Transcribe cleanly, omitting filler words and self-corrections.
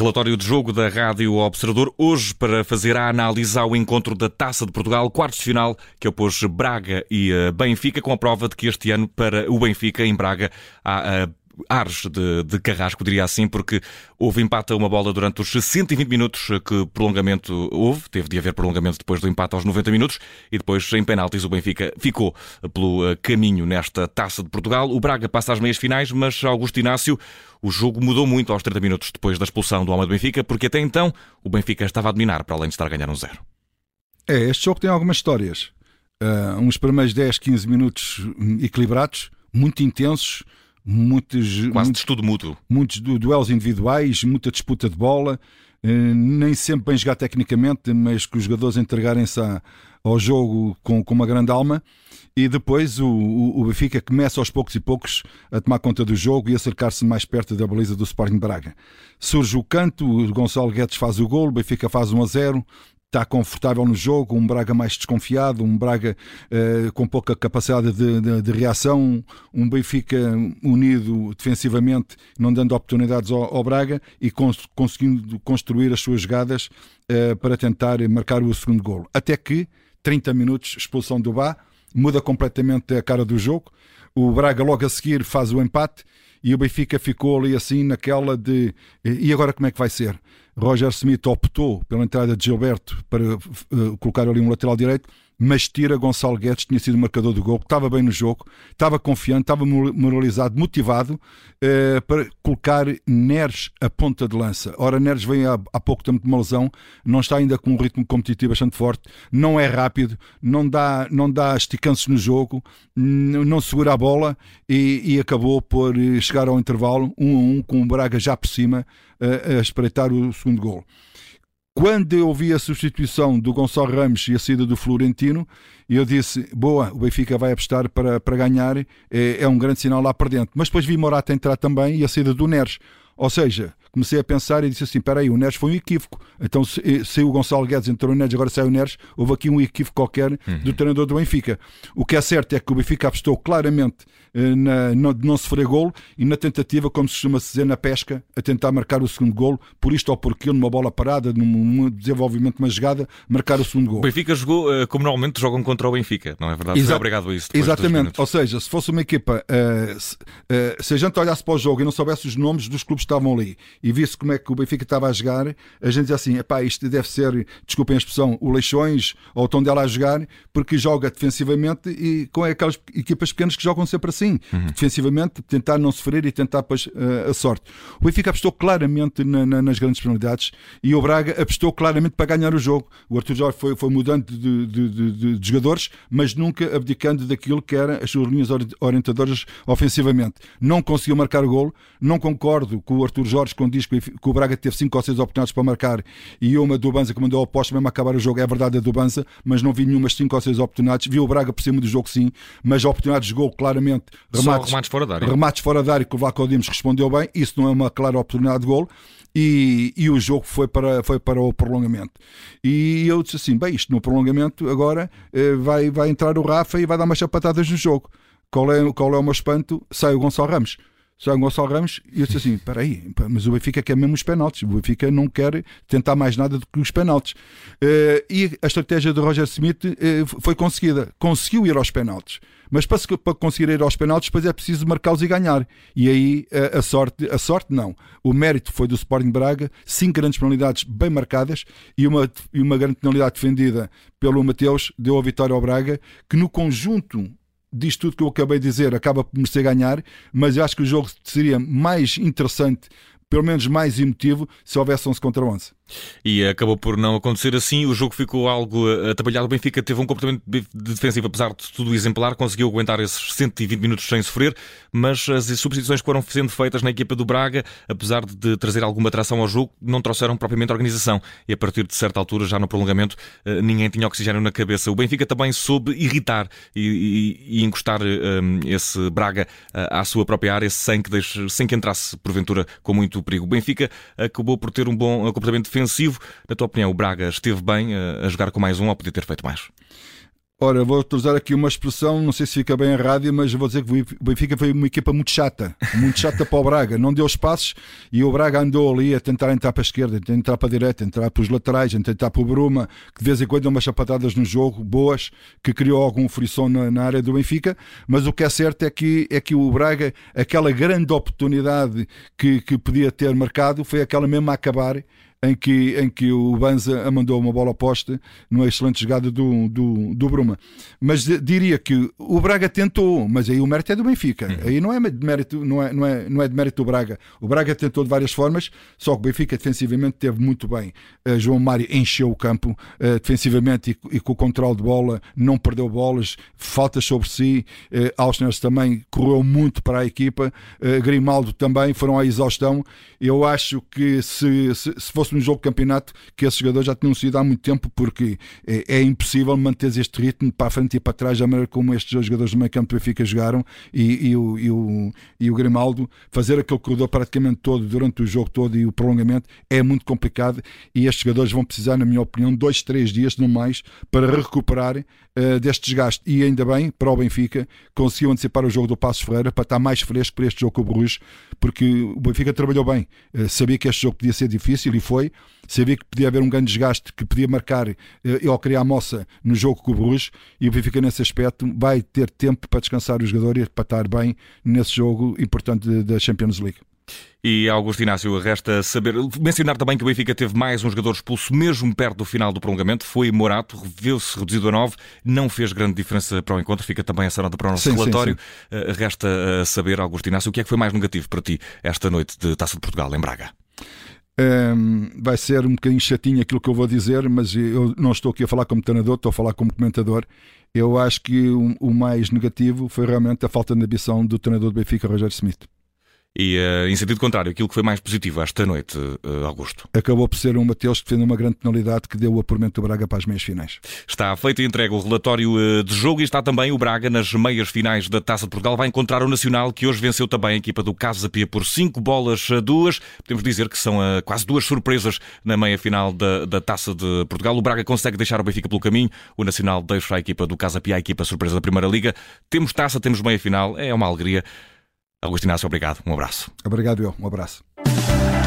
Relatório de jogo da Rádio Observador, hoje para fazer a análise ao encontro da Taça de Portugal, quartos de final, que opôs Braga e Benfica, com a prova de que este ano para o Benfica em Braga há ares de carrasco, diria assim, porque houve empate a uma bola durante os 120 minutos que prolongamento houve. Teve de haver prolongamento depois do empate aos 90 minutos e depois em penaltis o Benfica ficou pelo caminho nesta Taça de Portugal. O Braga passa às meias finais, mas Augusto Inácio, o jogo mudou muito aos 30 minutos depois da expulsão do homem do Benfica, porque até então o Benfica estava a dominar, para além de estar a ganhar 1-0. Este jogo tem algumas histórias. Uns primeiros 10, 15 minutos equilibrados, muito intensos, quase de estudo mútuo. Muitos duelos individuais, muita disputa de bola, nem sempre bem jogar tecnicamente, mas que os jogadores entregarem-se ao jogo com uma grande alma. E depois o Benfica começa aos poucos e poucos a tomar conta do jogo e a acercar-se mais perto da baliza do Sporting Braga. Surge o canto, o Gonçalo Guedes faz o golo, o Benfica faz 1-0. Está confortável no jogo, um Braga mais desconfiado, um Braga com pouca capacidade de reação, um Benfica unido defensivamente, não dando oportunidades ao Braga e conseguindo construir as suas jogadas para tentar marcar o segundo golo. Até que, 30 minutos, expulsão do Bá, muda completamente a cara do jogo. O Braga logo a seguir faz o empate e o Benfica ficou ali assim naquela de e agora como é que vai ser? Roger Smith optou pela entrada de Gilberto para colocar ali um lateral direito, mas tira Gonçalo Guedes, tinha sido o marcador do gol, estava bem no jogo, estava confiante, estava moralizado, motivado para colocar Neres a ponta de lança. Ora, Neres vem há pouco tempo de uma lesão, não está ainda com um ritmo competitivo bastante forte, não é rápido, não dá esticanços no jogo, não segura a bola e acabou por chegar ao intervalo 1-1 com o Braga já por cima a espreitar o segundo gol. Quando eu vi a substituição do Gonçalo Ramos e a saída do Florentino, eu disse, boa, o Benfica vai apostar para ganhar, é um grande sinal lá para dentro. Mas depois vi Morata entrar também e a saída do Neres. Ou seja, comecei a pensar e disse assim, espera aí, o Neres foi um equívoco. Então saiu o Gonçalo Guedes, entrou o Neres, agora sai o Neres. Houve aqui um equívoco qualquer do treinador do Benfica. O que é certo é que o Benfica apostou claramente de não sofrer golo e na tentativa, como se costuma dizer, na pesca, a tentar marcar o segundo golo, por isto ou por aquilo, numa bola parada, num desenvolvimento de uma jogada, marcar o segundo golo. O Benfica jogou como normalmente jogam contra o Benfica, não é verdade? Foi obrigado a isso. Exatamente, ou seja, se fosse uma equipa, se a gente olhasse para o jogo e não soubesse os nomes dos clubes que estavam ali e visse como é que o Benfica estava a jogar, a gente dizia assim, isto deve ser, desculpem a expressão, o Leixões ou o Tondela a jogar, porque joga defensivamente e com aquelas equipas pequenas que jogam sempre assim, defensivamente, tentar não sofrer e tentar depois a sorte. O Benfica apostou claramente nas grandes penalidades e o Braga apostou claramente para ganhar o jogo. O Artur Jorge foi mudando de jogadores, mas nunca abdicando daquilo que eram as suas linhas orientadoras ofensivamente. Não conseguiu marcar o golo, não concordo com o Artur Jorge quando diz que o Braga teve 5 ou 6 oportunidades para marcar e uma do Banza que mandou ao posto mesmo a acabar o jogo. É verdade, a do Banza, mas não vi nenhumas 5 ou 6 oportunidades. Vi o Braga por cima do jogo, sim, mas oportunidades de gol claramente, remates fora da área que o Vlaco Dimos respondeu bem. Isso não é uma clara oportunidade de gol. E o jogo foi para o prolongamento. E eu disse assim, bem, isto no prolongamento agora vai entrar o Rafa e vai dar umas chapatadas no jogo. Qual é o meu espanto? Sai o Gonçalo Ramos. E eu disse assim, espera aí, mas o Benfica quer mesmo os penaltis, o Benfica não quer tentar mais nada do que os penaltis. E a estratégia do Roger Smith foi conseguiu ir aos penaltis, mas para conseguir ir aos penaltis depois é preciso marcá-los e ganhar, e aí a sorte não, o mérito foi do Sporting Braga, 5 grandes penalidades bem marcadas e uma grande penalidade defendida pelo Mateus deu a vitória ao Braga, que no conjunto diz tudo que eu acabei de dizer, acaba por merecer ganhar, mas eu acho que o jogo seria mais interessante, pelo menos mais emotivo, se houvesse 11 contra 11. E acabou por não acontecer assim, o jogo ficou algo atabalhado. O Benfica teve um comportamento defensivo, apesar de tudo exemplar, conseguiu aguentar esses 120 minutos sem sofrer, mas as substituições que foram sendo feitas na equipa do Braga, apesar de trazer alguma atração ao jogo, não trouxeram propriamente organização, e a partir de certa altura, já no prolongamento, ninguém tinha oxigênio na cabeça. O Benfica também soube irritar e encostar esse Braga à sua própria área sem que entrasse porventura com muito perigo. O Benfica acabou por ter um bom comportamento defensivo. Na tua opinião, o Braga esteve bem a jogar com mais um ou podia ter feito mais? Ora, vou utilizar aqui uma expressão, não sei se fica bem a rádio, mas vou dizer que o Benfica foi uma equipa muito chata para o Braga, não deu espaços e o Braga andou ali a tentar entrar para a esquerda, a tentar entrar para a direita, a entrar para os laterais, a tentar entrar para o Bruma, que de vez em quando deu umas chapatadas no jogo, boas, que criou algum frição na área do Benfica, mas o que é certo é que o Braga, aquela grande oportunidade que podia ter marcado, foi aquela mesmo a acabar, em que o Banza mandou uma bola ao poste numa excelente jogada do Bruma. Mas diria que o Braga tentou, mas aí o mérito é do Benfica. Aí não é de mérito, não é de mérito do Braga. O Braga tentou de várias formas, só que o Benfica defensivamente teve muito bem. João Mário encheu o campo defensivamente e com o controle de bola, não perdeu bolas, faltas sobre si. Auschner também correu muito para a equipa. Grimaldo também foram à exaustão. Eu acho que se fosse um jogo de campeonato, que esses jogadores já tinham sido há muito tempo, porque é impossível manter este ritmo para a frente e para trás, a maneira como estes dois jogadores do meio campo do Benfica jogaram, e o Grimaldo fazer aquele corredor praticamente todo durante o jogo todo e o prolongamento é muito complicado, e estes jogadores vão precisar, na minha opinião, 2-3 dias, no mais, para recuperar deste desgaste. E ainda bem, para o Benfica, conseguiu antecipar o jogo do Passos Ferreira para estar mais fresco para este jogo com o Bruges, porque o Benfica trabalhou bem, sabia que este jogo podia ser difícil e foi, sabia que podia haver um grande desgaste que podia marcar ou criar moça no jogo com o Bruges, e o Benfica nesse aspecto vai ter tempo para descansar o jogador e para estar bem nesse jogo importante da Champions League. E Augusto Inácio, resta mencionar também que o Benfica teve mais um jogador expulso mesmo perto do final do prolongamento, foi Morato, viu-se reduzido a 9, não fez grande diferença para o encontro, fica também essa nota para o nosso relatório. Sim. Resta saber, Augusto Inácio, o que é que foi mais negativo para ti esta noite de Taça de Portugal em Braga? Vai ser um bocadinho chatinho aquilo que eu vou dizer, mas eu não estou aqui a falar como treinador, estou a falar como comentador. Eu acho que o mais negativo foi realmente a falta de ambição do treinador do Benfica, Rogério Smith. E, em sentido contrário, aquilo que foi mais positivo esta noite, Augusto? Acabou por ser um Mateus que defendeu uma grande penalidade que deu o apuramento do Braga para as meias finais. Está feito e entregue o relatório de jogo, e está também o Braga nas meias finais da Taça de Portugal. Vai encontrar o Nacional, que hoje venceu também a equipa do Casa Pia por 5-2. Podemos dizer que são quase duas surpresas na meia final da Taça de Portugal. O Braga consegue deixar o Benfica pelo caminho, o Nacional deixa a equipa do Casa Pia, a equipa surpresa da Primeira Liga. Temos taça, temos meia final, é uma alegria. Augusto Inácio, obrigado. Um abraço. Obrigado, um abraço.